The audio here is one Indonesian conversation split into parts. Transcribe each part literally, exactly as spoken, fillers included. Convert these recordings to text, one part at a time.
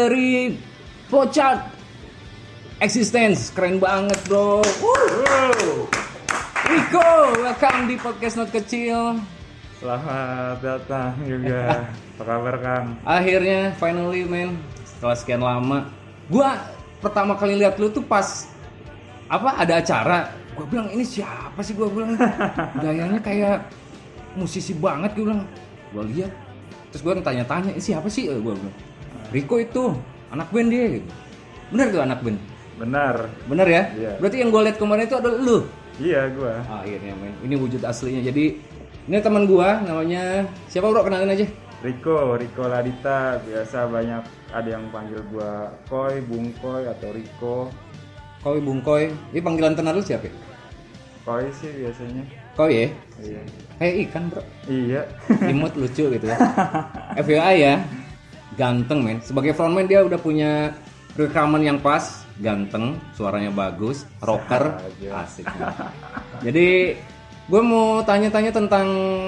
dari Flowchart Existence. Keren banget bro. Woo. Rico, welcome di podcast Not Kecil. Selamat datang juga. Apa kabar Kang? Akhirnya finally man, setelah sekian lama. Gua pertama kali lihat lu tuh pas apa ada acara. Gua bilang ini siapa sih, gua bilang gayanya kayak musisi banget. Gua bilang, gua lihat terus gua tanya-tanya ini siapa sih, gua bilang Rico itu anak band dia gitu. Bener tuh anak band? Benar. Bener ya? Iya. Berarti yang gua lihat kemarin itu adalah lu. Iya gua. Ah, akhirnya men, ini wujud aslinya. Jadi ini teman gua namanya siapa bro, kenalin aja. Rico, Rico Ladita. Biasa banyak ada yang panggil gua Koy, Bung Koy atau Rico. Koy, Bung Koy. Ini panggilan tenar lu siapa? Koy sih biasanya. Koy ya? Iya. Kayak ikan bro. Iya. Imut lucu gitu ya. F Y I ya. Ganteng men. Sebagai frontman dia udah punya rekaman yang pas, ganteng, suaranya bagus, rocker, asik. Men. Jadi gue mau tanya-tanya tentang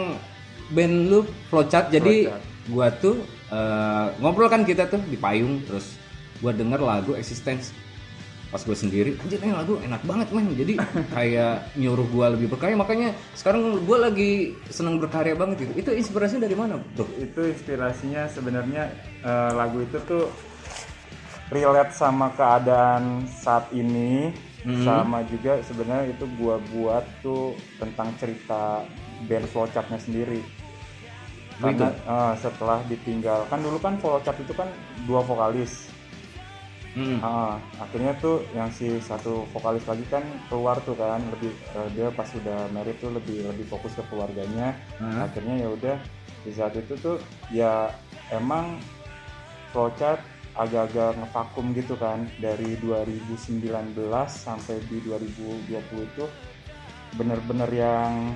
band lu Flowchart. Jadi gue tuh uh, ngobrol kan kita tuh di payung, terus gue denger lagu Existence. Pas gue sendiri, anjir ini lagu enak banget men. Jadi kayak nyuruh gue lebih berkarya. Makanya sekarang gue lagi seneng berkarya banget gitu. Itu inspirasinya dari mana bro? Itu inspirasinya sebenarnya uh, lagu itu tuh relate sama keadaan saat ini. Hmm. Sama juga sebenarnya itu gua buat tuh tentang cerita band Flowchart-nya sendiri. Karena uh, setelah ditinggal, kan dulu kan Flowchart itu kan dua vokalis. Hmm. Uh, akhirnya tuh yang si satu vokalis lagi kan keluar tuh kan, lebih uh, dia pas udah married tuh lebih lebih fokus ke keluarganya. Hmm. Akhirnya ya udah di saat itu tuh ya emang Flowchart agak-agak ngevakum gitu kan, dari dua ribu sembilan belas sampai di dua ribu dua puluh itu bener-bener yang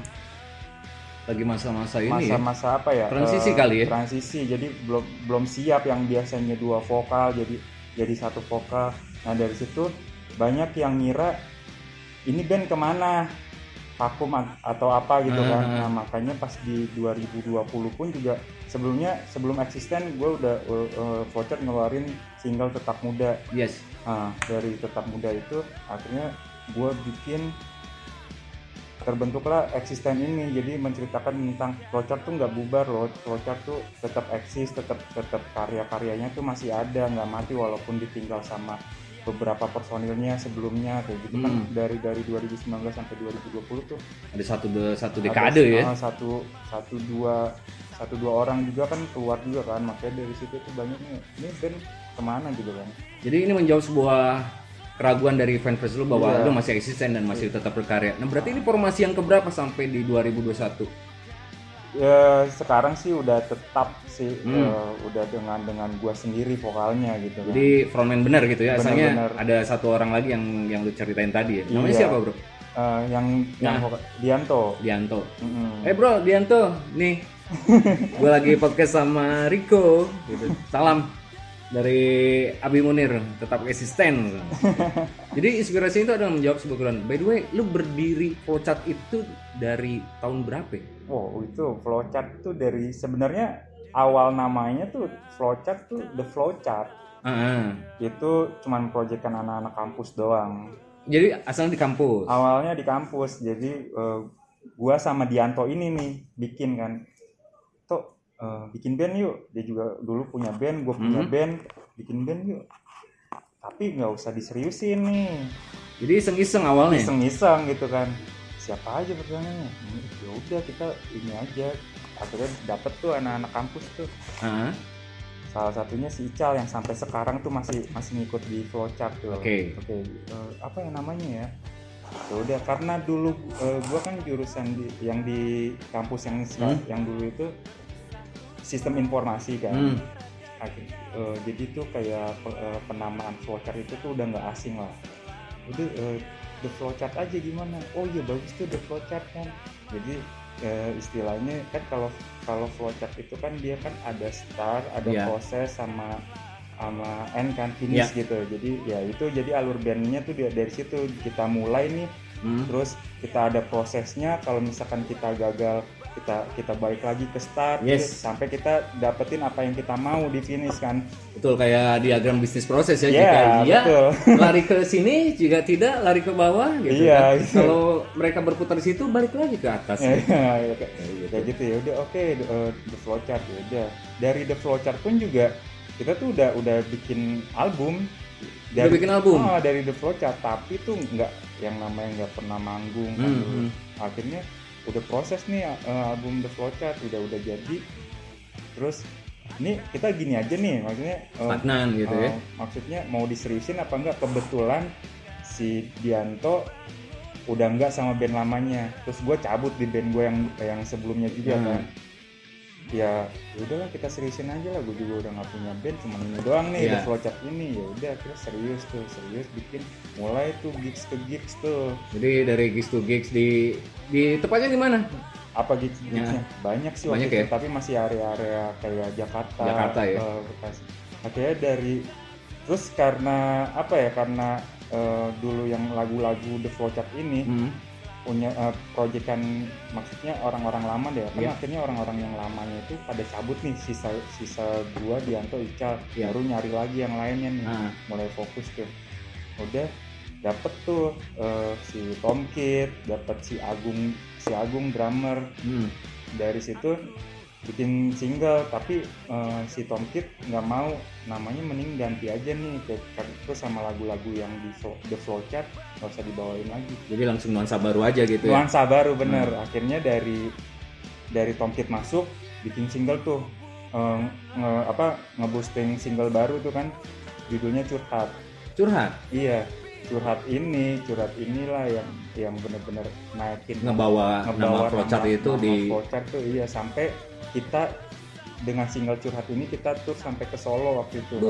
lagi masa-masa ini masa-masa apa ya, transisi uh, kali ya, transisi. Jadi belum belum siap, yang biasanya dua vokal jadi jadi satu vokal. Nah dari situ banyak yang ngira ini band kemana, vakum atau apa gitu kan. Uh-huh. Nah makanya pas di dua ribu dua puluh pun juga sebelumnya sebelum Existen gue udah uh, Flowchart ngeluarin single Tetap Muda. Yes. Nah dari Tetap Muda itu akhirnya gue bikin, terbentuklah Existen ini. Jadi menceritakan tentang Flowchart tuh nggak bubar loh, Flowchart tuh tetap eksis, tetap tetap karya-karyanya tuh masih ada, nggak mati walaupun ditinggal sama beberapa personilnya sebelumnya kayak gitu. Hmm. Kan dari dari dua ribu sembilan belas sampai dua ribu dua puluh tuh ada satu satu dekade ada, ya. Uh, satu satu dua satu dua orang juga kan keluar juga kan, makanya dari situ tuh banyak nih ini band kemana gitu kan. Jadi ini menjawab sebuah keraguan dari fans lu bahwa yeah. lu masih eksisten dan masih tetap berkarya. Nah berarti ini formasi yang keberapa sampai di dua ribu dua puluh satu? Ya sekarang sih udah tetap sih, hmm. uh, udah dengan dengan gua sendiri vokalnya gitu. Jadi kan frontman bener gitu ya. Asalnya bener. Ada satu orang lagi yang yang lu ceritain tadi ya. Namanya iya. siapa bro? Uh, yang yang nah. vokal, Dianto. Dianto. Mm-hmm. Eh bro Dianto, nih gua lagi podcast sama Rico. Gitu. Salam dari Abi Munir, tetap eksisten. Jadi inspirasi itu adalah menjawab sebuah kebutuhan. By the way, lu berdiri Flowchart itu dari tahun berapa? Oh itu Flowchart tuh dari sebenarnya awal namanya tuh Flowchart tuh The Flowchart. Uh-huh. Itu cuman proyekan anak-anak kampus doang. Jadi asalnya di kampus? Awalnya di kampus. Jadi uh, gua sama Dianto ini nih bikin kan. Tuh Uh, bikin band yuk, dia juga dulu punya band, gue punya hmm. band, bikin band yuk. Tapi nggak usah diseriusin nih. Jadi iseng-iseng awalnya. Iseng-iseng gitu kan. Siapa aja pertanyaannya? Hmm, ya udah kita ini aja. Akhirnya dapet tuh anak-anak kampus tuh. Uh-huh. Salah satunya si Ical yang sampai sekarang tuh masih masih ngikut di Flowchart tuh. Oke. Okay. Oke. Okay. Uh, apa yang namanya ya? Ya udah karena dulu uh, gue kan jurusan di yang di kampus yang hmm? yang dulu itu sistem informasi kan. Hmm. Akhir, uh, jadi tuh kayak uh, penamaan Flowchart itu tuh udah nggak asing lah. Udah uh, The Flowchart aja gimana? Oh iya bagus tuh The Flowchart kan. Jadi uh, istilahnya kan kalau kalau Flowchart itu kan dia kan ada start, ada yeah. proses sama sama end kan, finish yeah. gitu. Jadi ya itu jadi alur bandnya tuh dari, dari situ kita mulai nih. Hmm. Terus kita ada prosesnya. Kalau misalkan kita gagal kita kita balik lagi ke start yes. gitu, sampai kita dapetin apa yang kita mau di finish kan. Betul, kayak diagram bisnis proses ya, yeah, jika dia betul. lari ke sini, jika tidak lari ke bawah gitu yeah, kan. gitu. Kalau mereka berputar di situ balik lagi ke atas. ya, ya, kayak gitu. Kayak gitu ya udah oke okay, uh, the flowchart ya udah. Dari the flowchart pun juga kita tuh udah udah bikin album. Dari, udah bikin album? Oh, dari the flowchart, tapi tuh nggak yang namanya nggak pernah manggung kan. Hmm, hmm. Akhirnya udah proses nih uh, album the flowchart udah udah jadi. Terus ini kita gini aja nih, maksudnya uh, stagnan gitu uh, ya. Maksudnya mau diseriusin apa enggak? Kebetulan si Dianto udah enggak sama band lamanya. Terus gue cabut di band gue yang yang sebelumnya juga hmm. kan. Ya udahlah kita seriusin aja lah, gue juga udah nggak punya band, cuma ini doang nih yeah. The flowchart ini. Ya udah kita serius tuh serius bikin mulai tuh gigs ke gigs tuh. Jadi dari gigs to gigs di di tepatnya di mana? Apa gigs gigsnya? Ya. Banyak sih banyak waktu ya? itu, tapi masih area-area kayak Jakarta. Jakarta ya. Uh, Akhirnya dari terus karena apa ya? Karena uh, dulu yang lagu-lagu The flowchart ini. Hmm. punya uh, proyekan maksudnya orang-orang lama deh kan yeah. Akhirnya orang-orang yang lamanya itu pada cabut nih, sisa sisa gua Dianto Ical yeah. Baru nyari lagi yang lainnya nih uh. mulai fokus tuh udah dapet tuh uh, si Tom Kid, dapet si Agung si Agung drummer hmm. Dari situ bikin single, tapi uh, si Tom Kid nggak mau, namanya mending ganti aja nih ke terus sama lagu-lagu yang di The flowchart nggak usah dibawain lagi. Jadi langsung nuansa baru aja gitu ya? Nuansa baru bener. Hmm. Akhirnya dari dari Tom Kid masuk bikin single tuh uh, nge, apa nge-boosting single baru tuh kan judulnya Curhat. Curhat? Iya. Curhat ini, curhat inilah yang yang benar-benar naikin ngebawa, ngebawa nama flowchart itu nama di flowchart tuh iya, sampai kita dengan single Curhat ini kita tur sampai ke Solo waktu itu.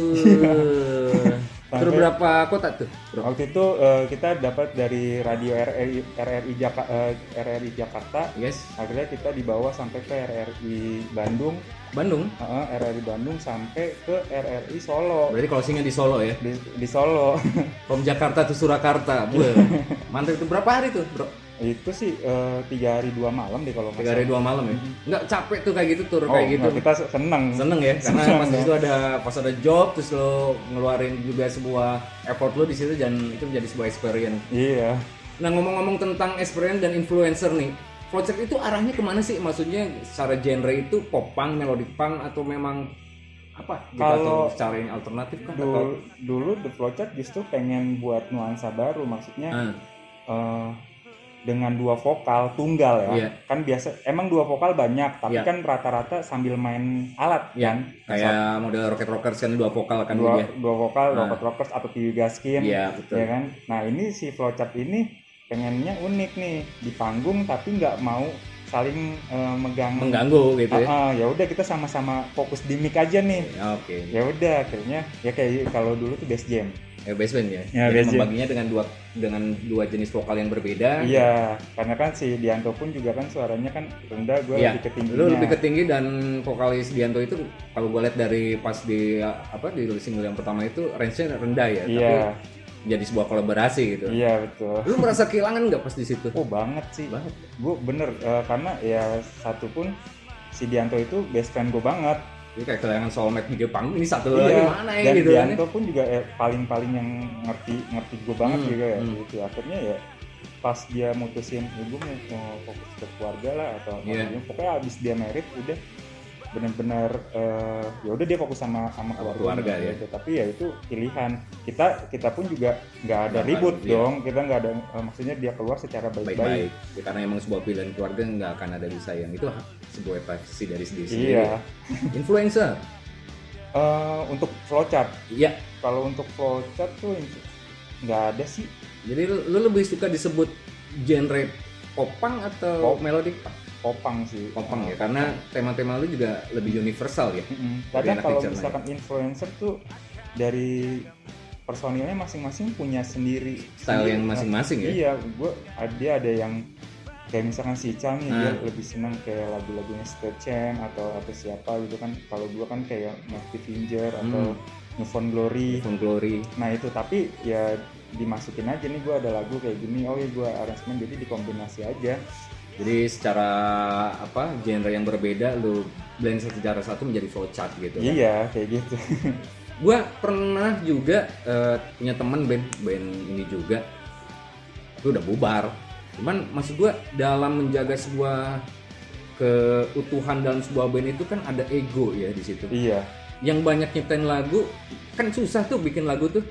Uh, tur berapa kota tuh, bro? Waktu itu uh, kita dapat dari radio R R I R R I Jaka, uh, R R I Jakarta. Yes. Akhirnya kita dibawa sampai ke R R I Bandung. Bandung? Uh, R R I Bandung sampai ke R R I Solo. Berarti closingnya di Solo ya? Di, di Solo. From Jakarta to Surakarta. Mantap itu. Berapa hari tuh, bro? Itu sih uh, tiga hari dua malam deh kalau tiga hari dua malam ya. Nggak capek tuh kayak gitu tur oh, kayak gitu. Nah, kita seneng. Seneng ya, karena pas di situ ada pas ada job terus lo ngeluarin juga sebuah effort lo di situ dan itu menjadi sebuah experience. Iya. Nah ngomong-ngomong tentang experience dan influencer nih, flowchart itu arahnya kemana sih? Maksudnya secara genre itu pop punk, melodic punk atau memang apa? Kalau secara yang alternatif kan? Dulu, atau? dulu The flowchart justru pengen buat nuansa baru, maksudnya. Hmm. Uh, dengan dua vokal tunggal ya, yeah. Kan biasa emang dua vokal banyak, tapi yeah. Kan rata-rata sambil main alat yeah. kan, kayak Misal, model Rocket Rockers kan dua vokal kan dua, dia. dua vokal nah. Rocket Rockers atau Kiwi Gaskin, yeah, betul. Ya kan. Nah ini si flowchart ini pengennya unik nih di panggung, tapi nggak mau saling uh, megang mengganggu gitu ya. Uh, uh, ya udah kita sama-sama fokus di mic aja nih. Oke. Okay. Ya udah akhirnya ya kayak kalau dulu tuh bass jam. Ya bass band ya. Ya bass membaginya dengan dua dengan dua jenis vokal yang berbeda. Iya, karena kan si Dianto pun juga kan suaranya kan rendah, gue ya, lebih ketinggi. Lu lebih ketinggi dan vokalis Dianto itu kalau gue lihat dari pas di apa di single yang pertama itu range-nya rendah ya. Iya. Tapi jadi sebuah kolaborasi gitu. Iya betul. Lu merasa kehilangan nggak pas di situ? Oh banget sih. Banget. Gue bener uh, karena ya satu pun si Dianto itu best friend gue banget. Jadi kayak kehilangan soulmate di panggung ini satu iya, lagi mana ya dan gitu. Dan Dianto pun juga eh, paling-paling yang ngerti ngerti gue banget hmm, juga ya. Hmm. Gitu. Akhirnya ya pas dia mutusin, ya gue mau, mau fokus ke keluarga lah atau yeah. Apa, pokoknya abis dia merit udah benar-benar uh, ya udah dia fokus sama sama keluarga, keluarga ya. Gitu. Tapi ya itu pilihan kita kita pun juga nggak ada nah, ribut iya. dong, kita nggak ada uh, maksudnya dia keluar secara baik-baik. Ya, karena emang sebuah pilihan keluarga nggak akan ada bisa yang itu sebuah privasi dari sendiri. Iya. Influencer uh, untuk flowchart. Iya. Kalau untuk flowchart tuh nggak ada sih. Jadi lu, lu lebih suka disebut genre pop punk atau pop. melodic punk? Popang sih, popang ya, karena tema-tema lu juga lebih universal ya. Mm-hmm. Karena kalau misalkan ya. Influencer tuh dari personilnya masing-masing punya sendiri style sendiri. yang masing-masing ya. Iya, gue dia ada yang kayak misalkan si Ical nih nah. Dia lebih senang kayak lagu-lagunya Stretchen atau atau siapa gitu kan. Kalau gue kan kayak Massive Finger atau hmm. Newfound Glory. Newfound Glory. Nah itu tapi ya dimasukin aja nih gue ada lagu kayak gini, oh iya gue aransemen jadi dikombinasi aja. Jadi secara apa genre yang berbeda lu blend secara satu menjadi flowchart gitu kan? Iya kayak gitu. Gue pernah juga uh, punya temen band band ini juga, itu udah bubar. Cuman maksud gue dalam menjaga sebuah keutuhan dalam sebuah band itu kan ada ego ya di situ. Iya. Yang banyak nyiptain lagu kan susah tuh bikin lagu tuh.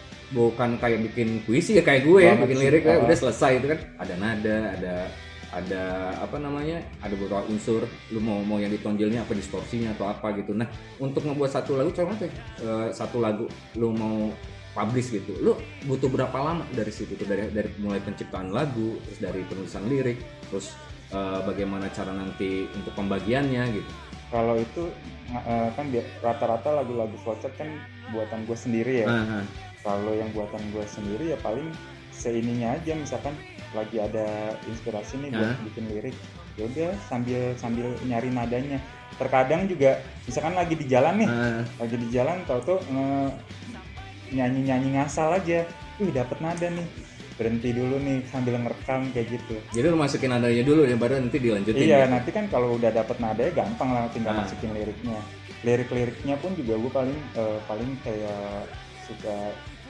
Bukan kayak bikin puisi ya kayak gue ya, bikin lirik ya udah selesai itu kan. Ada nada, ada ada apa namanya, ada beberapa unsur lu mau mau yang ditonjolnya apa, distorsinya atau apa gitu. Nah untuk membuat satu lagu contohnya uh, satu lagu lu mau publish gitu, lu butuh berapa lama dari situ tuh, dari dari mulai penciptaan lagu, terus dari penulisan lirik, terus uh, bagaimana cara nanti untuk pembagiannya gitu. Kalau itu uh, kan rata-rata lagu-lagu flowchart kan buatan gue sendiri ya. Uh-huh. Kalau yang buatan gue sendiri ya paling seininya aja, misalkan lagi ada inspirasi nih buat uh. bikin lirik, ya udah sambil sambil nyari nadanya. Terkadang juga misalkan lagi di jalan nih, uh. lagi di jalan tau-tau nge- nyanyi-nyanyi ngasal aja, wih dapet nada nih, berhenti dulu nih sambil ngerekam kayak gitu. Jadi lu masukin nadanya dulu ya, baru nanti dilanjutin. Iya, gitu. Nanti kan kalau udah dapet nadanya gampang lah, tinggal uh. masukin liriknya. Lirik-liriknya pun juga gue paling uh, paling kayak suka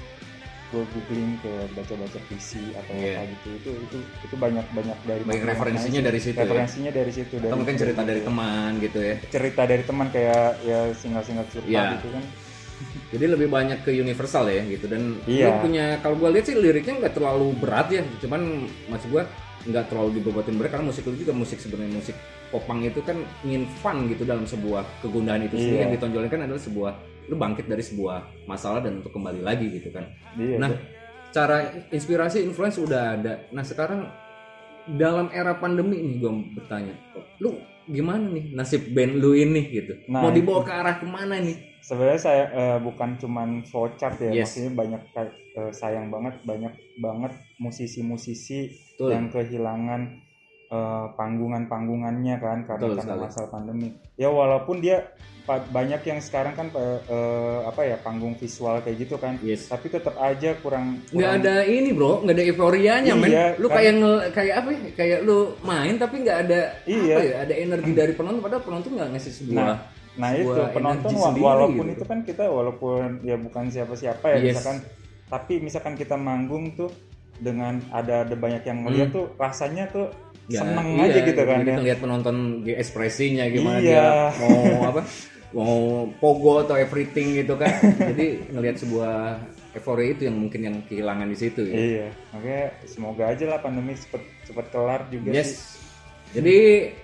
gue googling, kayak baca-baca puisi atau yeah. apa gitu, itu itu itu banyak banyak dari banyak referensinya dari situ referensinya ya? dari situ dari atau mungkin cerita dari teman gitu ya, cerita dari teman kayak ya single-single cerita yeah. gitu kan. Jadi lebih banyak ke universal ya gitu, dan yeah. lu punya, kalau gue lihat sih liriknya nggak terlalu berat ya, cuman maksud gue nggak terlalu dibobotin berat karena musik lu juga musik sebenarnya musik popang itu kan ingin fun gitu dalam sebuah kegundahan itu yeah. sendiri yang ditonjolkan kan adalah sebuah lu bangkit dari sebuah masalah dan untuk kembali lagi gitu kan. Iya, nah, iya. Cara inspirasi influence udah ada. Nah, sekarang dalam era pandemi nih gue bertanya, lu gimana nih nasib band lu ini gitu? Nah, mau dibawa itu ke arah kemana nih? Sebenarnya saya uh, bukan cuman flowchart ya, yes. maksudnya banyak uh, sayang banget banyak banget musisi-musisi Betul. yang kehilangan uh, panggungan-panggungannya kan karena Betul, karena masalah pandemi. Ya walaupun dia banyak yang sekarang kan uh, apa ya panggung visual kayak gitu kan, yes. tapi tetap aja kurang, kurang nggak ada ini bro, nggak ada euforianya men. Iya, lu kan, kayak nge, kayak apa ya, kayak lu main tapi nggak ada iya. apa ya, ada energi dari penonton, padahal penonton nggak ngasih sebuah nah, nah sebuah itu penonton wa- walaupun gitu. Itu kan kita walaupun ya bukan siapa-siapa ya, yes. misalkan tapi misalkan kita manggung tuh dengan ada ada banyak yang ngeliat hmm. tuh rasanya tuh ya, seneng iya, aja gitu kan ya. Kita lihat penonton ekspresinya gimana iya. dia mau apa mau pogo atau everything gitu kan. Jadi ngelihat sebuah euforia itu yang mungkin yang kehilangan di situ ya. Iya, makanya semoga aja lah pandemi cepet cepet kelar juga yes. sih. Jadi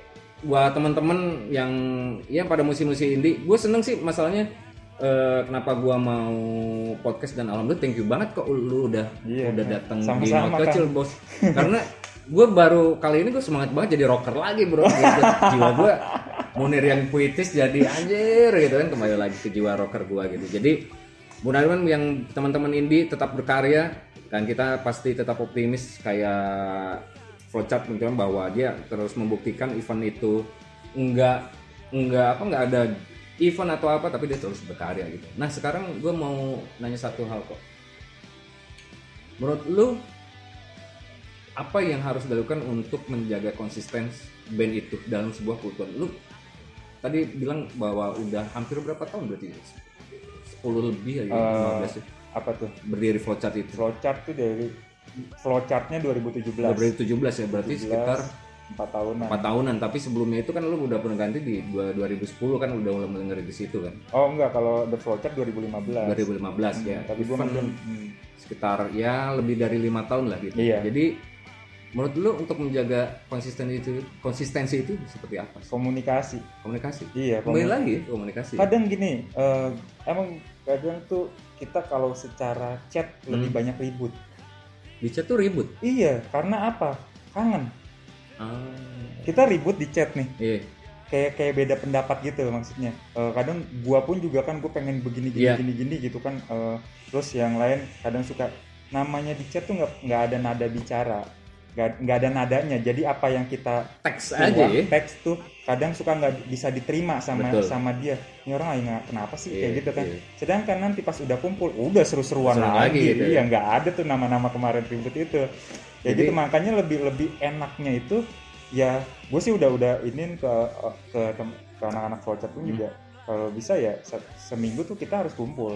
buat teman-teman yang ya pada musisi-musisi indie, gue seneng sih masalahnya eh, kenapa gue mau podcast, dan alhamdulillah thank you banget kok lu udah iya, udah datang di Not Kecil bos. Karena gue baru kali ini gue semangat banget jadi rocker lagi bro gitu. Jiwa gue Munir yang puitis jadi anjir gitu kan, kembali lagi ke jiwa rocker gue gitu. Jadi mudah-mudahan yang teman-teman indie tetap berkarya, dan kita pasti tetap optimis kayak flowchart menunjukkan bahwa dia terus membuktikan event itu enggak enggak apa enggak ada event atau apa, tapi dia terus berkarya gitu. Nah sekarang gue mau nanya satu hal kok, menurut lu apa yang harus dilakukan untuk menjaga konsisten band itu dalam sebuah keutuhan? Lu tadi bilang bahwa udah hampir berapa tahun berarti? sepuluh lebih ya, uh, lima belas ya? Apa tuh? Berdiri flowchart itu? Flowchart tuh dari flowchartnya dua ribu tujuh belas. dua ribu tujuh belas ya, berarti tujuh belas, sekitar empat tahunan. empat tahunan, tapi sebelumnya itu kan lu udah pernah ganti di dua ribu sepuluh kan, udah mulai mendengar di situ kan? Oh enggak, kalau The Flowchart dua ribu lima belas. dua ribu lima belas hmm, ya. Tapi gua belum hmm. sekitar ya lebih dari lima tahun lah gitu. Iya. Jadi menurut lu untuk menjaga konsistensi itu konsistensi itu seperti apa sih? Komunikasi. Komunikasi. Iya, kembali lagi komunikasi. Kadang gini, uh, emang kadang tuh kita kalau secara chat hmm. lebih banyak ribut. Di chat tuh ribut? Iya, karena apa? Kangen. Ah. Kita ribut di chat nih. Iya. Kayak kayak beda pendapat gitu maksudnya. Uh, kadang gua pun juga kan gua pengen begini gini yeah. gini gini gitu kan. Uh, terus yang lain kadang suka namanya di chat tuh nggak nggak ada nada bicara. Gak, gak ada nadanya, jadi apa yang kita teks aja ya? Teks tuh kadang suka nggak bisa diterima sama Betul. sama dia. Ini orang nggak kenapa sih yeah, kayak gitu kan? Yeah. Sedangkan nanti pas udah kumpul, udah seru-seruan Seru lagi. lagi gitu, iya nggak ya? Ada tuh nama-nama kemarin ribut itu. Ya jadi, gitu makanya lebih lebih enaknya itu ya gue sih udah udah inin ke ke, ke, ke anak-anak Flowchart pun hmm. juga kalau bisa ya se- seminggu tuh kita harus kumpul,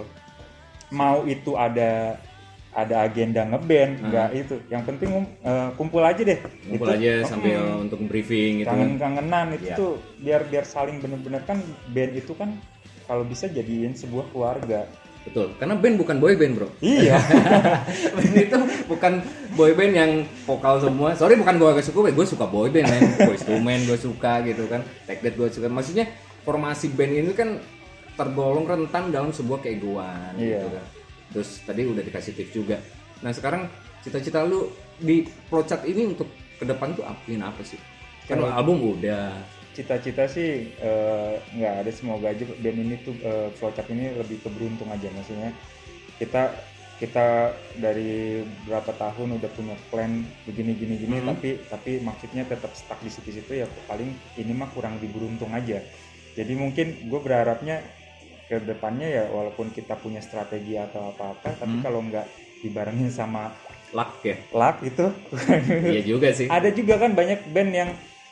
mau itu ada ada agenda ngeband enggak hmm. itu yang penting uh, kumpul aja deh kumpul itu, aja sambil hmm, untuk briefing gitu kangen-kangenan itu ya. Tuh biar biar saling bener-bener kan band itu kan kalau bisa jadiin sebuah keluarga. Betul, karena band bukan boy band bro. Iya. Band itu bukan boy band yang vokal semua. Sorry bukan gue gak suka, gue suka boy band kan. Boyz two Men gue suka gitu kan. Take That gue suka. Maksudnya formasi band ini kan tergolong rentan dalam sebuah keegoan iya. gitu kan. Terus tadi udah dikasih tips juga. Nah sekarang cita-cita lu di Flowchart ini untuk ke depan tuh apain apa sih? Kan Kalo album udah. Cita-cita sih nggak uh, ada, semoga aja band ini tuh uh, Flowchart ini lebih keberuntung aja, maksudnya kita kita dari berapa tahun udah punya plan begini gini gini mm-hmm. tapi tapi maksudnya tetap stuck di situ-situ ya, paling ini mah kurang diberuntung aja. Jadi mungkin gue berharapnya ke depannya ya walaupun kita punya strategi atau apa-apa mm-hmm. tapi kalau nggak dibarengin sama luck ya luck itu iya juga sih. Ada juga kan banyak band yang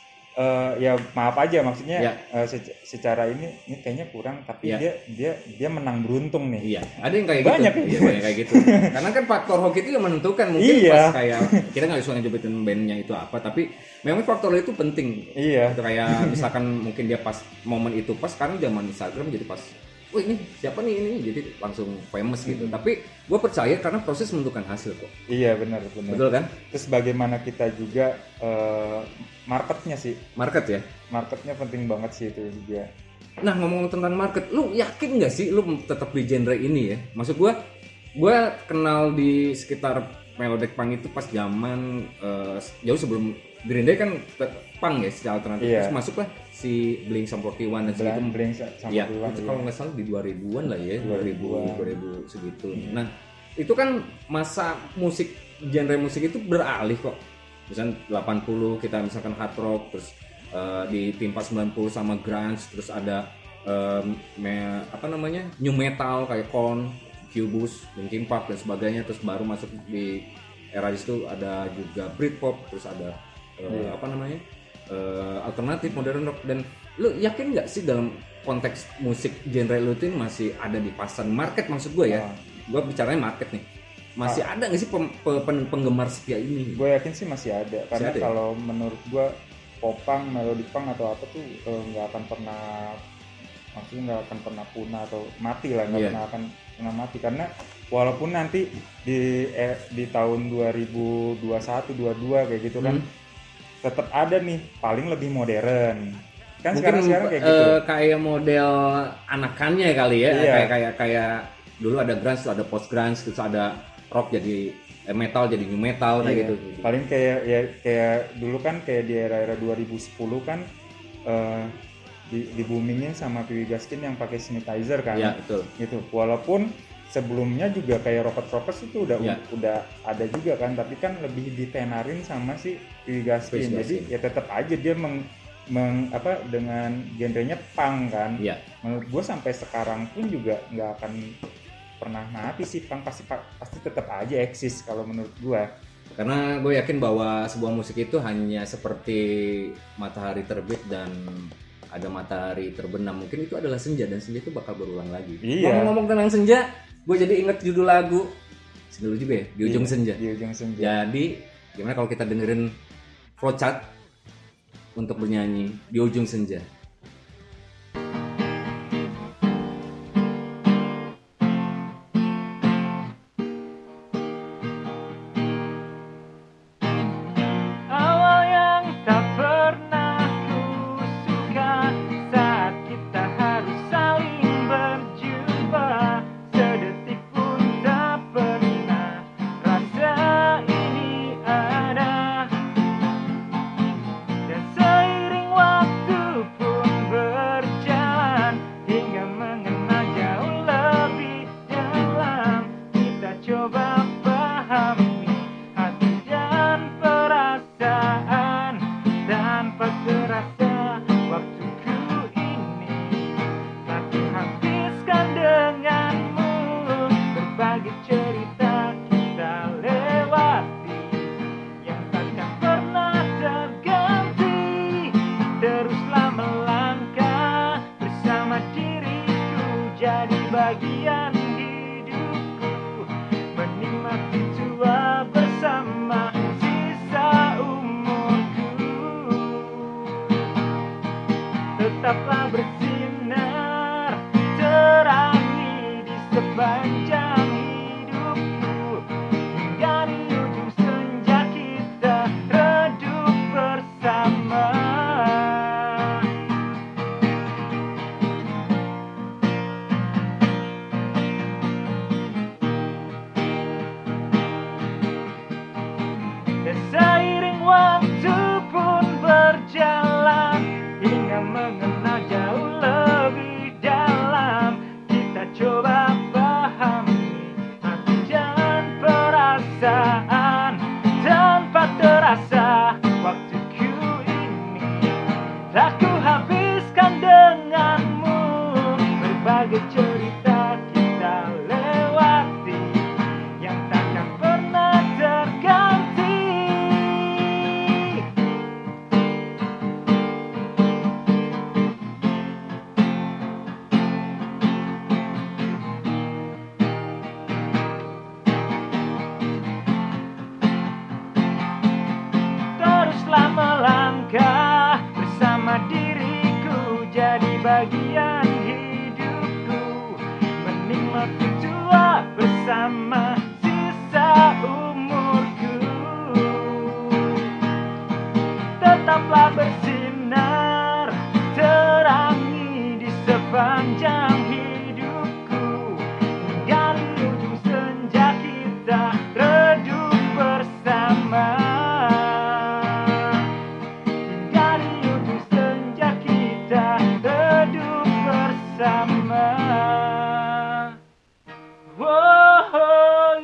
Uh, ya maaf aja maksudnya ya. uh, se- secara ini ini kayaknya kurang tapi ya. dia dia dia menang beruntung nih. Iya, ada yang kayak banyak gitu. Iya, banyak kayak gitu. Karena kan faktor hoki itu yang menentukan mungkin iya. pas kayak kita nggak bisa nyebutin bandnya itu apa, tapi memang faktor itu penting. Iya. Itu kayak misalkan mungkin dia pas momen itu pas, sekarang zaman Instagram jadi pas. Oh ini siapa nih ini, jadi langsung famous gitu. Hmm. Tapi gue percaya karena proses menentukan hasil kok. Iya benar benar. Betul kan? Terus bagaimana kita juga uh, marketnya sih. Market ya. Marketnya penting banget sih itu juga. Nah ngomong tentang market, lu yakin nggak sih lu tetap di genre ini ya? Maksud gue, gue kenal di sekitar melodic punk itu pas zaman uh, jauh sebelum Green Day kan punk ya secara alternatif. Iya. Terus masuklah si Blink one forty-one dan segitu. Blink one forty-one. Ya, itu kalau nggak salah di dua ribuan lah ya, dua ribu segitu. Hmm. Nah, itu kan masa musik, genre musik itu beralih kok. Misalnya delapan puluh kita misalkan hard rock, terus uh, ditimpa sembilan puluh sama grunge, terus ada um, me, apa namanya new metal kayak Korn, Cubus, Linkin Park dan sebagainya. Terus baru masuk di era itu ada juga Britpop, terus ada uh, yeah. apa namanya uh, alternatif modern rock. Dan lu yakin nggak sih dalam konteks musik genre lu itu masih ada di pasar market, maksud gue ya, oh. gue bicaranya market nih, masih ah. ada nggak sih pem, pem, penggemar setia ini? Gue yakin sih masih ada, karena masih ada, kalau ya? Menurut gue popang, melodic punk atau apa tuh nggak uh, akan pernah, maksudnya nggak akan pernah punah atau mati lah, nggak yeah. pernah akan pernah mati, karena walaupun nanti di eh, di tahun dua ribu dua puluh satu dua puluh dua kayak gitu kan hmm. tetap ada nih paling lebih modern kan. Mungkin sekarang kayak gitu uh, kayak model anakannya kali ya, iya. kayak kayak kayak dulu ada grunge, ada post grunge, terus ada rock jadi metal jadi new metal, iya. kayak gitu. Paling kayak ya kayak dulu kan kayak di era-era dua ribu sepuluh kan uh, di, di boomingin sama P W Gaskin yang pakai sanitizer kan. Iya, betul. Gitu. Walaupun sebelumnya juga kayak Rocket Rockers itu udah ya. udah ada juga kan, tapi kan lebih ditenarin sama si P W Gaskin. Jadi ya tetap aja dia meng, meng apa dengan genrenya punk kan. Ya. Menurut gue sampai sekarang pun juga nggak akan pernah mati sih, punk pasti pasti tetap aja eksis kalau menurut gue. Karena gue yakin bahwa sebuah musik itu hanya seperti matahari terbit dan ada matahari terbenam, mungkin itu adalah senja, dan senja itu bakal berulang lagi. Iya. Ngomong-ngomong tentang senja, gue jadi inget judul lagu dulu juga ya, Di Ujung iya, Senja. Di Ujung Senja. Jadi gimana kalau kita dengerin Flowchart untuk bernyanyi Di Ujung Senja. Cerita kita lewati yang takkan pernah terganti. bersama sisa umurku. Tetaplah bersinar, terangi di sepanjang hidupku. Dari ujung senja kita redup bersama. Dari ujung senja kita redup bersama. Oh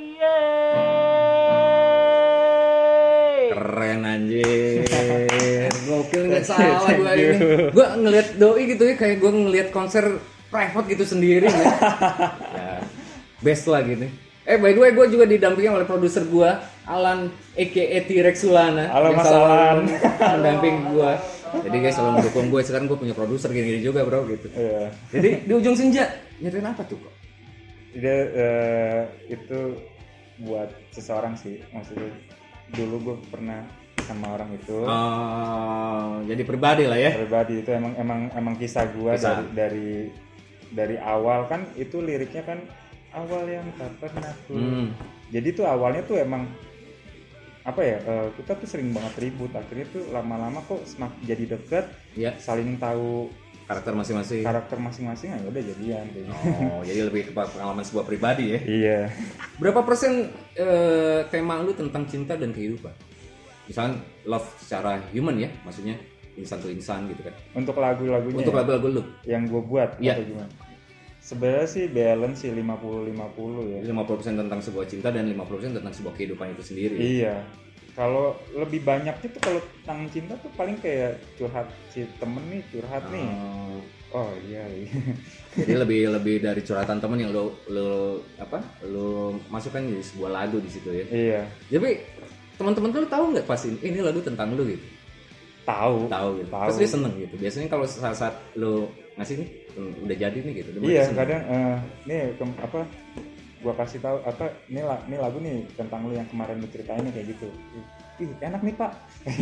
yeah. Keren anjir. Gokil, nggak salah gue ini. Gue ngeliat doi gitu ya, kayak gue ngeliat konser private gitu sendiri ya. Ya, best lah gitu. Eh by the way, gue juga didampingi oleh produser gue, Alan aka T-Rex Sulana. Halo yang Mas selalu Alan. mendamping gue. Jadi guys selalu mendukung gue. Sekarang gue punya produser gini-gini juga bro gitu. Iya. Jadi di ujung senja nyeritain apa tuh kok? Dia eh, itu buat seseorang sih, maksudnya dulu gue pernah sama orang itu. Oh, jadi pribadi lah ya. Pribadi itu emang emang emang kisah gue dari dari dari awal kan itu liriknya kan awal yang tak pernah ku. Hmm. Jadi tuh awalnya tuh emang apa ya, uh, kita tuh sering banget ribut, akhirnya tuh lama-lama kok semakin jadi deket, ya. Saling tahu karakter masing-masing. Karakter masing-masing ya udah jadian. Oh, jadi lebih ke pengalaman sebuah pribadi ya. Iya. Berapa persen uh, tema lu tentang cinta dan kehidupan? Misalnya love secara human ya, maksudnya insan to insan gitu kan. Untuk lagu-lagunya. Untuk lagu-lagu lu yang gue buat ya. Atau gimana? Sebenarnya sih balance sih lima puluh lima puluh ya. lima puluh persen tentang sebuah cinta dan lima puluh persen tentang sebuah kehidupan itu sendiri. Iya. Kalau lebih banyak itu kalau tentang cinta tuh paling kayak curhat si temen nih, curhat oh. nih. Oh iya. iya. Jadi lebih lebih dari curhatan temen yang lo lo apa? Lo masukkan di sebuah lagu di situ ya. Iya. Jadi teman-teman tuh tahu nggak pas ini, ini lagu tentang lo gitu? Tahu. Tahu gitu. Tahu. Pasti seneng gitu. Biasanya kalau saat-saat lo ngasih nih udah jadi nih gitu. Iya kadang uh, nih ke, apa gua kasih tahu apa ini ini lagu nih tentang lu yang kemarin lu ceritain nih kayak gitu. Ih enak nih pak.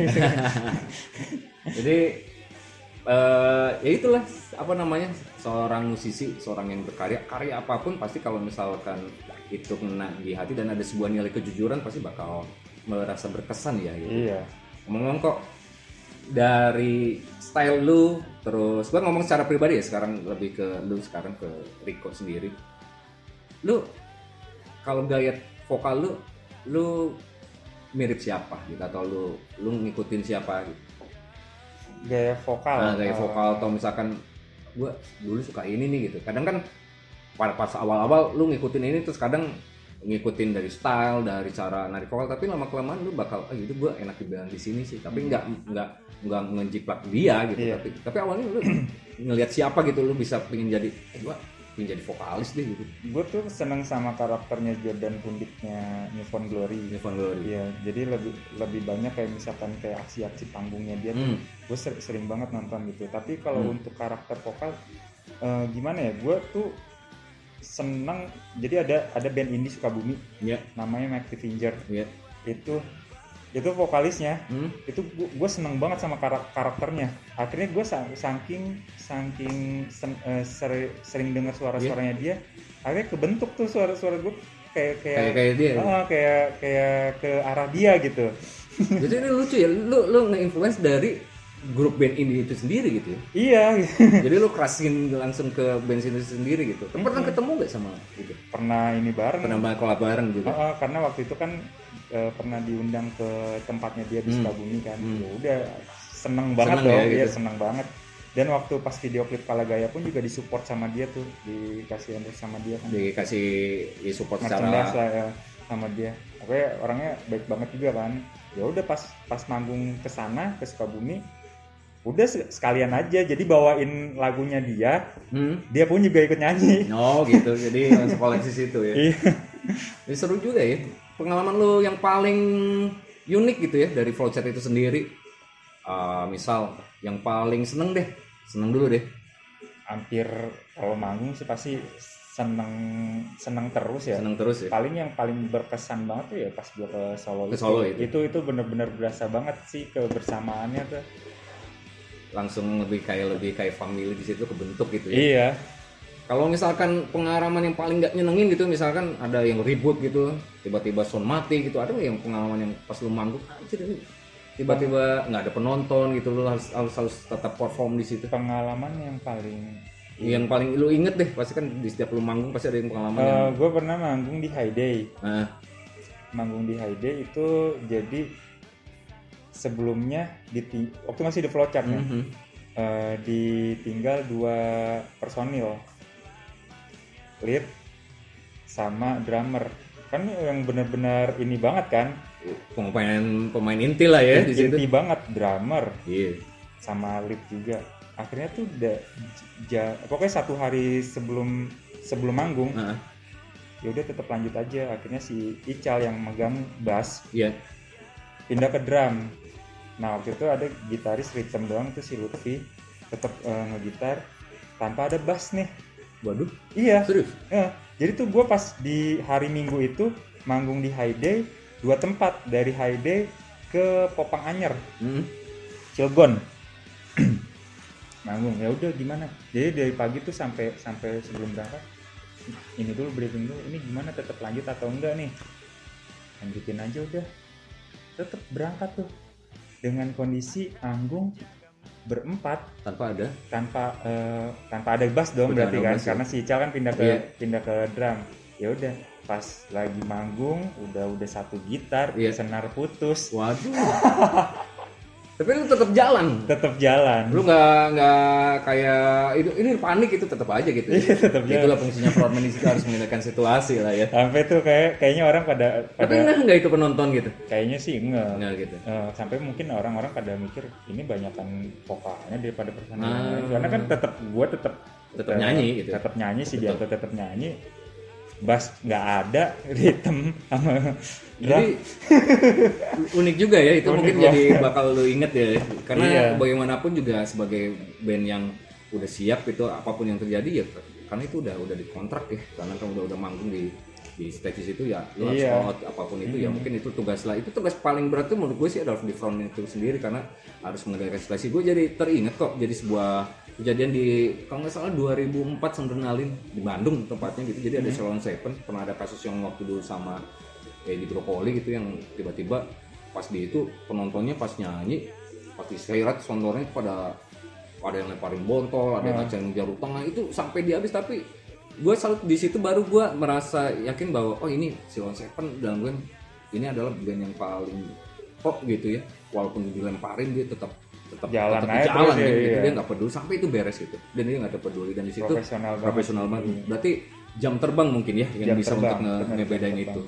Jadi uh, ya itulah apa namanya seorang musisi, seorang yang berkarya, karya apapun pasti kalau misalkan itu kena di hati dan ada sebuah nilai kejujuran pasti bakal merasa berkesan ya gitu. Iya. Ngomong-ngomong kok dari style lu, terus gua ngomong secara pribadi ya sekarang lebih ke lu sekarang ke Rico sendiri. Lu kalau gaya vokal lu, lu mirip siapa gitu atau lu lu ngikutin siapa gitu? Gaya vokal. Nah, gaya vokal atau misalkan gua dulu suka ini nih gitu. Kadang kan pada pas awal-awal lu ngikutin ini terus kadang ngikutin dari style, dari cara narik vokal, tapi lama kelamaan lu bakal ah gitu gue enak dibilang di sini sih, tapi nggak nggak nggak ngejiplak dia gitu. Iya. tapi tapi awalnya lu ngelihat siapa gitu lu bisa pengen jadi eh gue pengen jadi vokalis deh gitu. Gue tuh seneng sama karakternya Jordan Punditnya New Found Glory. New Found Glory. Iya, jadi lebih lebih banyak kayak misalkan kayak aksi-aksi panggungnya dia tuh hmm. gue ser- sering banget nonton gitu. Tapi kalau hmm. untuk karakter vokal uh, gimana ya, gue tuh seneng, jadi ada ada band indie Sukabumi yeah. namanya Mike Finger yeah. itu itu vokalisnya hmm? itu gue seneng banget sama karak- karakternya akhirnya gue saking saking sen, uh, seri, sering dengar suara-suaranya yeah. dia akhirnya kebentuk tuh suara-suara gue kayak kayak kayak, kayak dia uh, kayak kayak ke arah dia gitu. Jadi ini lucu ya, lu lu nge-influence dari grup band ini itu sendiri gitu ya? Iya. Jadi lu kerasin langsung ke band ini sendiri gitu. Mm-hmm. Pernah ketemu nggak sama gitu? Pernah ini bareng. Pernah banget kolab bareng juga. Uh, uh, karena waktu itu kan uh, pernah diundang ke tempatnya dia di Sukabumi kan. Hmm. Ya udah seneng banget seneng dong, ya, gitu. Dia seneng banget. Dan waktu pas video klip Kalagaya pun juga disupport sama dia tuh, dikasih endorse sama dia kan. Dikasih di support secara lah ya sama dia. Pokoknya orangnya baik banget juga kan. Ya udah pas pas manggung ke sana ke Sukabumi udah sekalian aja jadi bawain lagunya dia hmm. dia pun juga ikut nyanyi. Oh gitu, jadi langsung koleksi situ ya. Iya. Jadi seru juga ya pengalaman lu yang paling unik gitu ya dari Flowchat itu sendiri. Uh, misal yang paling seneng deh, seneng dulu deh. Hampir kalau manggung sih pasti seneng seneng terus ya. Seneng terus ya. Paling yang paling berkesan banget tuh ya pas gua ke Solo, ke Solo itu. Itu itu benar-benar berasa banget sih kebersamaannya tuh. Langsung lebih kayak lebih kayak family di situ kebentuk gitu ya. Iya. Kalau misalkan pengalaman yang paling nggak nyenengin gitu, misalkan ada yang ribut gitu, tiba-tiba sound mati gitu, ada nggak yang pengalaman yang pas lu manggung, anjir ini tiba-tiba nggak ada penonton gitu, lu harus, harus harus tetap perform di situ. Pengalaman yang paling yang paling lu inget deh, pasti kan di setiap lu manggung pasti ada yang pengalaman. Uh, yang... Gue pernah manggung di High Day. Nah. Manggung di High Day itu jadi sebelumnya di waktu masih di flowchartnya, mm-hmm. uh, ditinggal dua personil, lead sama drummer. Kan yang benar-benar ini banget kan, pemain pemain inti lah ya di situ. Inti banget, drummer, yeah. sama lead juga. Akhirnya tuh udah ja, pokoknya satu hari sebelum sebelum manggung, uh-huh. ya udah tetap lanjut aja. Akhirnya si Ical yang megang bass, yeah. pindah ke drum. Nah waktu itu ada gitaris rhythm doang tuh si Lutfi, tetap uh, ngegitar tanpa ada bass nih. Waduh, iya. Serius? Ya, jadi tuh gue pas di hari Minggu itu manggung di High Day, dua tempat, dari High Day ke Popang Anyer, hmm. Cilegon. Manggung, ya udah gimana? Jadi dari pagi tuh sampai sampai sebelum berangkat, ini dulu briefing dulu, ini gimana, tetap lanjut atau enggak nih? Lanjutin aja udah, tetap berangkat tuh dengan kondisi manggung berempat tanpa ada tanpa uh, tanpa ada bass dong. Betul, berarti kan bass, karena ya. Si Ical kan pindah ke yeah. pindah ke drum. Ya udah pas lagi manggung udah udah satu gitar, yeah. senar putus. Waduh. Tapi lu tetap jalan. Tetap jalan. Lu nggak nggak kayak itu ini panik, itu tetap aja gitu. Iya, tetap jalan. Itulah fungsinya frontman di situ, harus mengendalikan situasi lah ya. Sampai tuh kayak kayaknya orang pada, pada tapi enggak enggak itu penonton gitu. Kayaknya sih enggak. Enggak gitu. Uh, sampai mungkin orang-orang pada mikir ini banyakan vokalnya daripada personil. Ah. Karena kan tetap gua tetap tetap nyanyi gitu. Tetap nyanyi sih, dia tetap nyanyi. Bass nggak ada, rhythm sama jadi unik juga ya itu. Unik mungkin banget. Jadi bakal lu inget ya, karena iya. bagaimanapun juga sebagai band yang udah siap itu apapun yang terjadi ya, karena itu udah udah dikontrak ya, karena kan udah udah manggung di di stage itu ya, lu harus iya. out apapun itu, hmm. ya mungkin itu tugas lah, itu tugas paling berat tuh menurut gue sih adalah di front itu sendiri, karena harus mengendalikan situasi. Gue jadi teringat kok, jadi sebuah kejadian di kalau nggak salah dua ribu empat Sondrenalin di Bandung tempatnya gitu. Jadi ada Ceylon Seven, pernah ada kasus yang waktu dulu sama eh, di Brokoli gitu, yang tiba-tiba pas di itu penontonnya pas nyanyi pas diseret soundornya pada ada yang lemparin botol, ada yang ngacain jarum tengah, itu sampai di habis. Tapi gue salut di situ, baru gue merasa yakin bahwa oh ini Ceylon Seven dalam gue ini adalah band yang paling kok gitu ya, walaupun dilemparin dia tetap tetap jalan tetap aja jalan terus, ya, iya. gitu. Dia nggak peduli sampai itu beres gitu, dan dia nggak peduli, dan di situ profesional banget. Profesional banget. Iya. Berarti jam terbang mungkin ya yang jam bisa terbang, untuk nge- ngebedain itu.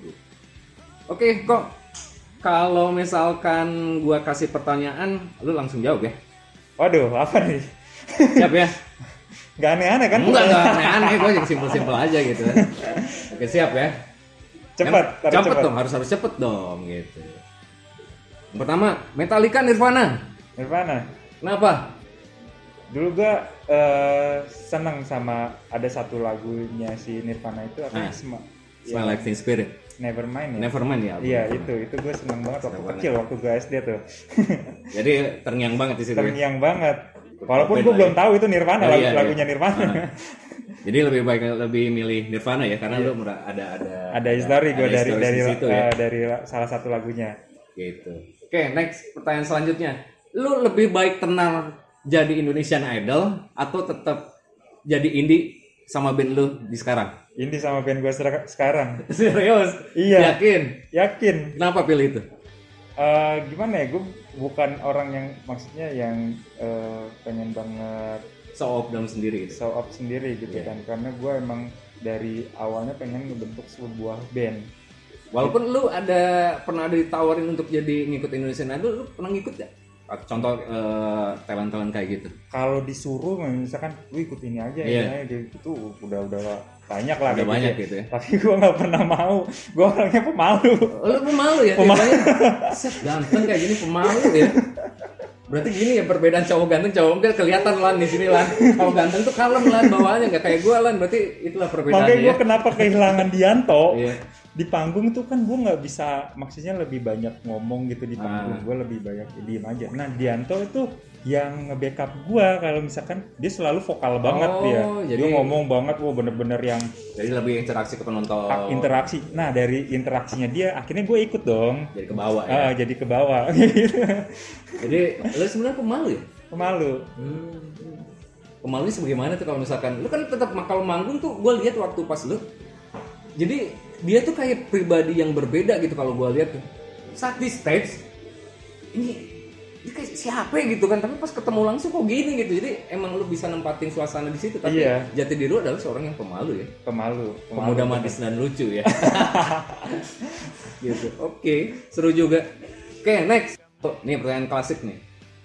Oke kok, kalau misalkan gua kasih pertanyaan, lu langsung jawab ya. Waduh, apa nih? Siap ya? Gak aneh-aneh kan? Enggak, enggak aneh-aneh, gue yang simpel-simpel aja gitu. Oke, siap ya? Cepet, harus cepet, cepet dong, harus harus cepet dong gitu. Yang pertama, Metallica, Nirvana. Nirvana. Kenapa? Dulu gue uh, seneng sama ada satu lagunya si Nirvana itu apa? Nah, Sm- Smell Like Teen Spirit. Nevermind ya. Nevermind ya. Iya itu, itu gue seneng banget waktu Nevermind. Kecil, waktu gue S D tuh. Jadi terngiang banget di situ. Terngiang ya? Banget. Walaupun gue belum tahu itu Nirvana, oh, iya, lagunya iya. Nirvana. Nah. Jadi lebih baik lebih milih Nirvana ya, karena yeah. lu ada ada ada history gue dari dari situ, uh, ya? dari salah satu lagunya. Gitu. Oke, okay, next pertanyaan selanjutnya. Lu lebih baik tenar jadi Indonesian Idol atau tetap jadi indie sama band lu di sekarang? Indie sama band gue sekarang. Serius? Iya. Yakin? Yakin. Kenapa pilih itu? Uh, gimana ya, gue bukan orang yang maksudnya yang uh, pengen banget show off dalam sendiri gitu. Show off sendiri gitu yeah. kan, karena gue emang dari awalnya pengen ngebentuk sebuah band. Walaupun gitu. Lu ada pernah ditawarin untuk jadi ngikut Indonesian Idol, lu pernah ngikut gak? Contoh uh, talent-talent kayak gitu. Kalau disuruh misalkan, lu ikut ini aja yeah. ya, itu udah udah banyak lah. Udah banyak gitu. gitu ya. Tapi gue nggak pernah mau. Gue orangnya pemalu. Oh, lu pemalu ya? Pemalu. Set ganteng kayak gini pemalu ya. Berarti gini ya perbedaan cowok ganteng cowok enggak kelihatan lan di sini lan. Kalau ganteng tuh kalem lan bawaannya nggak kayak gue lan. Berarti itulah perbedaannya. Makanya gue ya. Kenapa kehilangan Dianto? Iya. di panggung tuh kan gue nggak bisa, maksudnya lebih banyak ngomong gitu di panggung, ah. gue lebih banyak diem aja. Nah Dianto itu yang nge-backup gue kalau misalkan dia selalu vokal banget, oh, dia jadi, dia ngomong banget, wah bener-bener yang jadi lebih interaksi ke penonton. Interaksi. Nah dari interaksinya dia akhirnya gue ikut dong. Jadi ke bawah ya. Uh, jadi ke bawah. Jadi lu sebenarnya pemalu ya? Pemalu. Hmm. Pemalunya sebagaimana tuh kalau misalkan lu kan tetap kalau manggung tuh gue lihat waktu pas lu. Jadi dia tuh kayak pribadi yang berbeda gitu kalau gue lihat tuh. Saat di stage ini dia kayak siapa gitu kan, tapi pas ketemu langsung kok gini gitu. Jadi emang lu bisa nempatin suasana di situ, tapi iya. Jati diri lu adalah seorang yang pemalu ya. Pemalu, pemalu pemuda manis dan lucu ya. Gitu. Oke, okay. Seru juga. Oke, okay, next. Oh, nih pertanyaan klasik nih.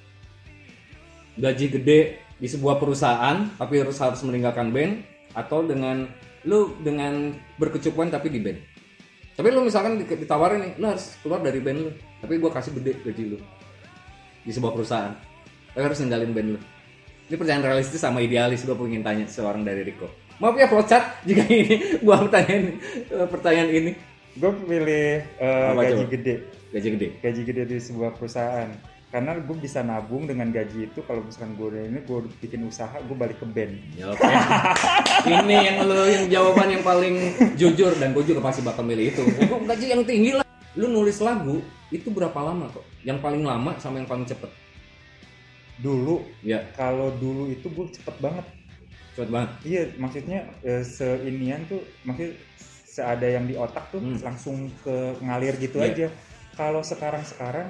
Gaji gede di sebuah perusahaan tapi harus harus meninggalkan band, atau dengan lu dengan berkecukupan tapi di band. Tapi lu misalkan ditawarin nih, lu harus keluar dari band lu, tapi gua kasih gede gaji lu di sebuah perusahaan, lu harus ninggalin band lu. Ini pertanyaan realistis sama idealis, gua pengen tanya seorang dari Rico. Maaf ya flowchart jika ini gua pertanyaan pertanyaan ini. Gua pilih uh, gaji coba? gede. Gaji gede. Gaji gede di sebuah perusahaan. Karena gue bisa nabung dengan gaji itu. Kalau misalkan gue udah ini, gue bikin usaha, gue balik ke band. Ya, oke. Okay. Ini yang lo yang jawaban yang paling jujur, dan gue juga pasti bakal milih itu. Gue gaji yang tinggi lah. Lu nulis lagu itu berapa lama kok? Yang paling lama sama yang paling cepet? Dulu. Ya. Kalau dulu itu gue cepet banget. Cepet banget. Iya, maksudnya eh, seinian tuh, maksudnya seada yang di otak tuh hmm. langsung ke ngalir gitu yeah. aja. Kalau sekarang-sekarang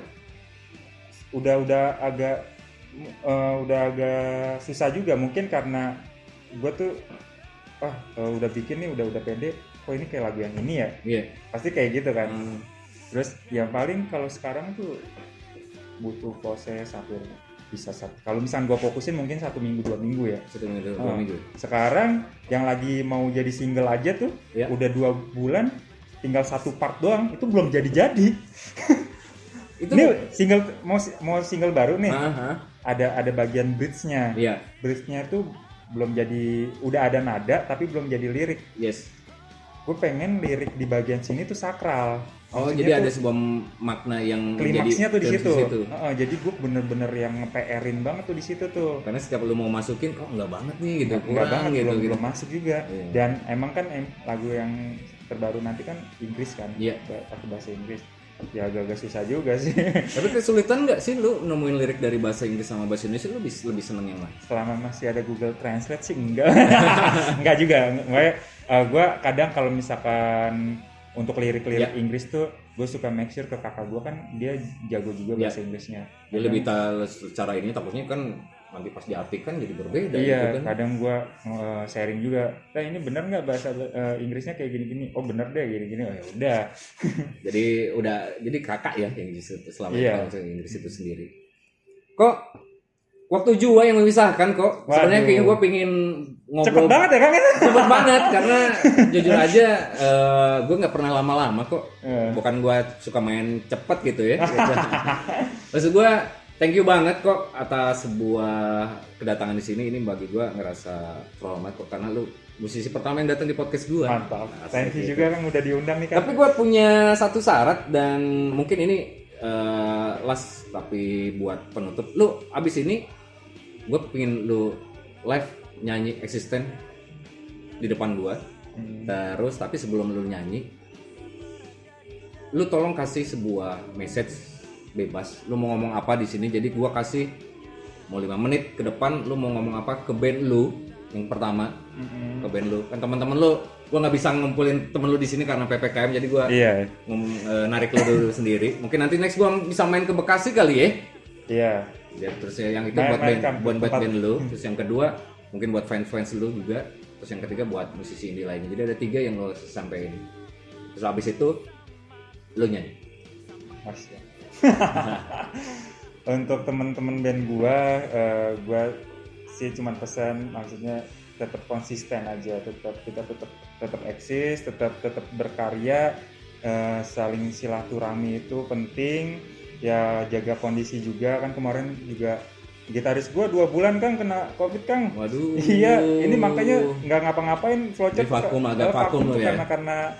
udah udah agak uh, udah agak susah juga, mungkin karena gue tuh ah uh, udah bikin nih, udah udah pede, kok ini kayak lagu yang ini ya, yeah. pasti kayak gitu kan. hmm. Terus yang paling kalau sekarang tuh butuh proses satu bisa satu, kalau misalnya gue fokusin mungkin satu minggu dua minggu ya, satu minggu dua uh, minggu. Sekarang yang lagi mau jadi single aja tuh yeah. udah dua bulan, tinggal satu part doang, itu belum jadi-jadi. Itu ini single mau mau single baru nih. Uh-huh. Ada ada bagian bridge-nya. Iya. Yeah. Bridge-nya tuh belum jadi, udah ada nada tapi belum jadi lirik. Yes. Gue pengen lirik di bagian sini tuh sakral. Oh, maksudnya jadi ada sebuah makna yang klimaksnya tuh di situ. Uh, jadi gue bener-bener yang nge-P R-in banget tuh di situ tuh. Karena setiap lu mau masukin, oh enggak banget nih gitu. Enggak, enggak banget, gitu, belum, gitu. belum masuk juga. Yeah. Dan emang kan em, lagu yang terbaru nanti kan Inggris kan. Iya. Yeah. Pakai bahasa Inggris. Ya agak-agak susah juga sih. Tapi kesulitan nggak sih lu nemuin lirik dari bahasa Inggris sama bahasa Indonesia, lu lebih, lebih seneng yang mana? Selama masih ada Google Translate sih enggak. Enggak juga. Gue uh, gue kadang kalau misalkan untuk lirik-lirik yeah. Inggris tuh gue suka make sure ke kakak gue, kan dia jago juga bahasa yeah. Inggrisnya. Dia lebih tahu secara ini, takutnya kan nanti pas diartikan jadi berbeda. Iya, gitu kan. Kadang gue uh, sharing juga, nah ini benar nggak bahasa uh, Inggrisnya kayak gini-gini? Oh benar deh gini-gini. Oh ya udah. Jadi udah jadi kakak ya yang selama iya. Bahasa Inggris itu sendiri. Kok waktu jua yang memisahkan kok. Sebenarnya kayaknya gue pengen ngobrol. Cepet banget ya Kang? Cepet banget karena jujur aja uh, gue nggak pernah lama-lama kok. Uh. Bukan gue suka main cepet gitu ya. Maksud gue thank you banget kok atas sebuah kedatangan di sini. Ini bagi gue ngerasa terhormat kok, karena lu musisi pertama yang datang di podcast gue. Mantap. Nah, thank you gitu. Juga kan udah diundang nih kan. Tapi gue punya satu syarat, dan mungkin ini uh, last tapi buat penutup. Lu abis ini gue pengen lu live nyanyi Eksisten di depan gue. Hmm. Terus tapi sebelum lu nyanyi, lu tolong kasih sebuah message bebas, lu mau ngomong apa di sini. Jadi gua kasih mau lima menit ke depan, lu mau ngomong apa ke band lu yang pertama, mm-hmm. ke band lu. Kan teman-teman lu, gua nggak bisa ngumpulin temen lu di sini karena P P K M, jadi gua yeah. ngom, e, narik lu dulu sendiri. Mungkin nanti next gua bisa main ke Bekasi kali ya. Iya. Yeah. Terus yang itu main, buat band, buat buat band lu. Terus yang kedua mungkin buat fans-fans lu juga. Terus yang ketiga buat musisi indie lainnya. Jadi ada tiga yang lo sampein. Terus habis itu lu nyanyi. Mas ya. Untuk teman-teman band gua, uh, gua sih cuma pesan, maksudnya tetap konsisten aja, tetap kita tetap tetap eksis, tetap tetap berkarya, uh, saling silaturahmi itu penting, ya jaga kondisi juga. Kan kemarin juga gitaris gua dua bulan Kang kena covid Kang. Waduh. Iya, ini makanya nggak ngapa-ngapain, flowchart vakum agak vakum, vakum tuh ya. Karena karena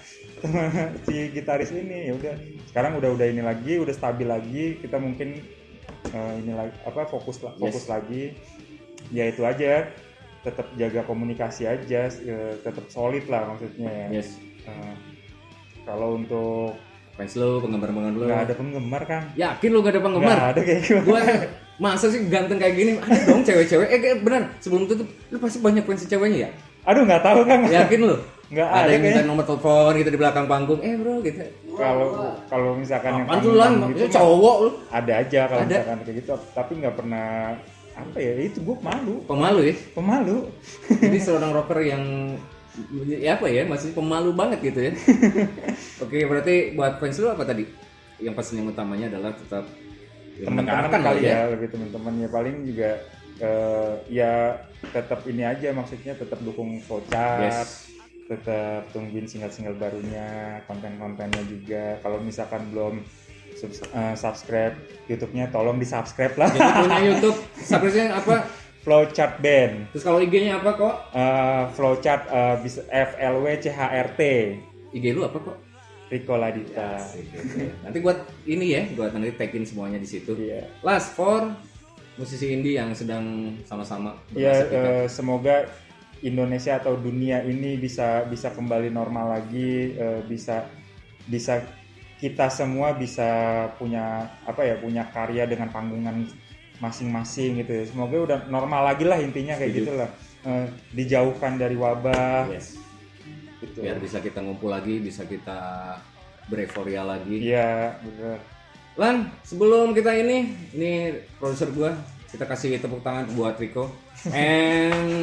si gitaris ini. Ya udah, sekarang udah udah ini lagi, udah stabil lagi, kita mungkin uh, ini lagi apa fokus fokus yes. lagi. Ya itu aja, tetap jaga komunikasi aja, uh, tetap solid lah maksudnya ya. Yes. Uh, kalau untuk fans lu, penggemar-penggemar lu. Gak ada penggemar kan? Yakin lu gak ada penggemar? Gak ada kayak gitu. Gua masa sih ganteng kayak gini? Ada dong cewek-cewek. Eh kayak benar, sebelum itu tuh lu pasti banyak fans ceweknya ya? Aduh nggak tahu kan? Yakin lu? Nggak ada. Ada yang minta kayak... nomor telepon gitu di belakang panggung. Eh bro gitu. Kalau kalau misalkan yang pantulan gitu, cowok lu. Ada aja kalau misalkan kayak gitu. Tapi nggak pernah apa ya? Itu gue malu. Pemalu ya? Pemalu. Jadi seorang rocker yang ya apa ya, masih pemalu banget gitu ya. Oke, berarti buat fans lu apa tadi? Yang pasti yang utamanya adalah tetap teman-teman kali ya, ya, lebih teman-teman ya paling juga uh, ya tetap ini aja maksudnya tetap dukung Flowchart, yes. tetap tungguin single-single barunya, konten-kontennya juga. Kalau misalkan belum sub- uh, subscribe YouTube-nya, tolong di-subscribe lah. Jadi punya YouTube, subscribe-nya apa? Flowchart Band. Terus kalau I G-nya apa kok? Uh, Flowchart uh, bisa F L W C H R T. I G lu apa kok? Rico Ladita. Ya, nanti buat ini ya, buat nanti tagin semuanya di situ. Yeah. Last for musisi indie yang sedang sama-sama. Ya, uh, semoga Indonesia atau dunia ini bisa bisa kembali normal lagi, uh, bisa bisa kita semua bisa punya apa ya, punya karya dengan panggungan masing-masing gitu ya. Semoga udah normal lagi lah intinya kayak gitulah. Uh, dijauhkan dari wabah. Yes. Gitu. Biar bisa kita ngumpul lagi, bisa kita bereforia lagi. Iya, benar. Lan, sebelum kita ini, ini produser gua, kita kasih tepuk tangan buat Rico. And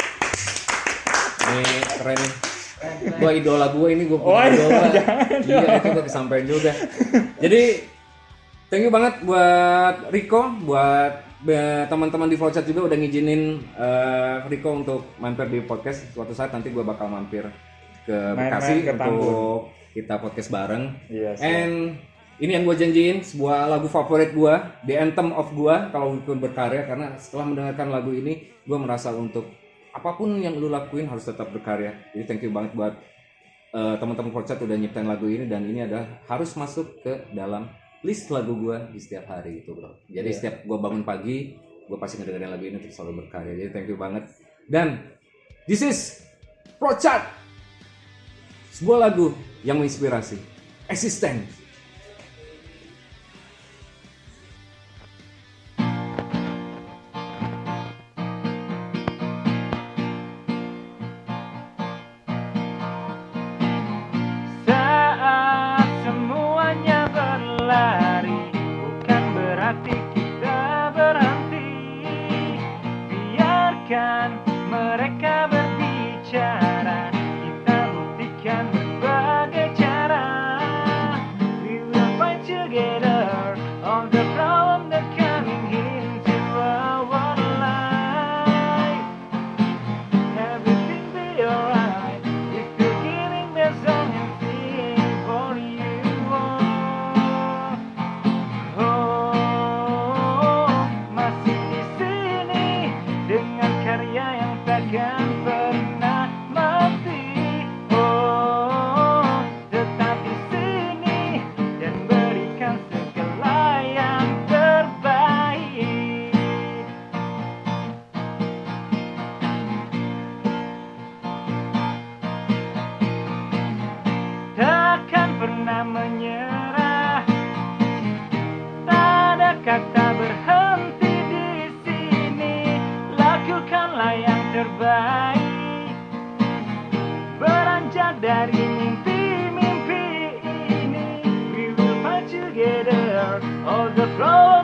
ini keren nih. Gua idola gua ini, gua punya oh, idola. Iya, itu gua kesampaian juga. Jadi thank you banget buat Rico, buat teman-teman di Flowchart juga udah ngizinin uh, Rico untuk mampir di podcast. Suatu saat nanti gua bakal mampir ke Bekasi untuk kita podcast bareng. Yes, and ini yang gue janjiin, sebuah lagu favorit gue, the anthem of gue kalau ikut berkarya, karena setelah mendengarkan lagu ini gue merasa untuk apapun yang lu lakuin harus tetap berkarya. Jadi thank you banget buat uh, teman-teman Flowchart udah nyiptain lagu ini, dan ini adalah harus masuk ke dalam list lagu gue di setiap hari itu bro. Jadi yeah. setiap gue bangun pagi gue pasti ngedengerin lagu ini untuk selalu berkarya. Jadi thank you banget. Dan this is Flowchart, sebuah lagu yang menginspirasi, Existence. Saat semuanya berlari, bukan berarti kita berhenti. Biarkan mereka berbicara, berbagai cara. We will fight together on the problem that coming into our life. Everything be alright if you're giving the song and sing for you. Oh, oh, masih di sini dengan karya yang takkan pernah mati. Menyerah, tak ada kata berhenti di sini. Lakukanlah yang terbaik, beranjak dari mimpi-mimpi ini. We will fight together all the problems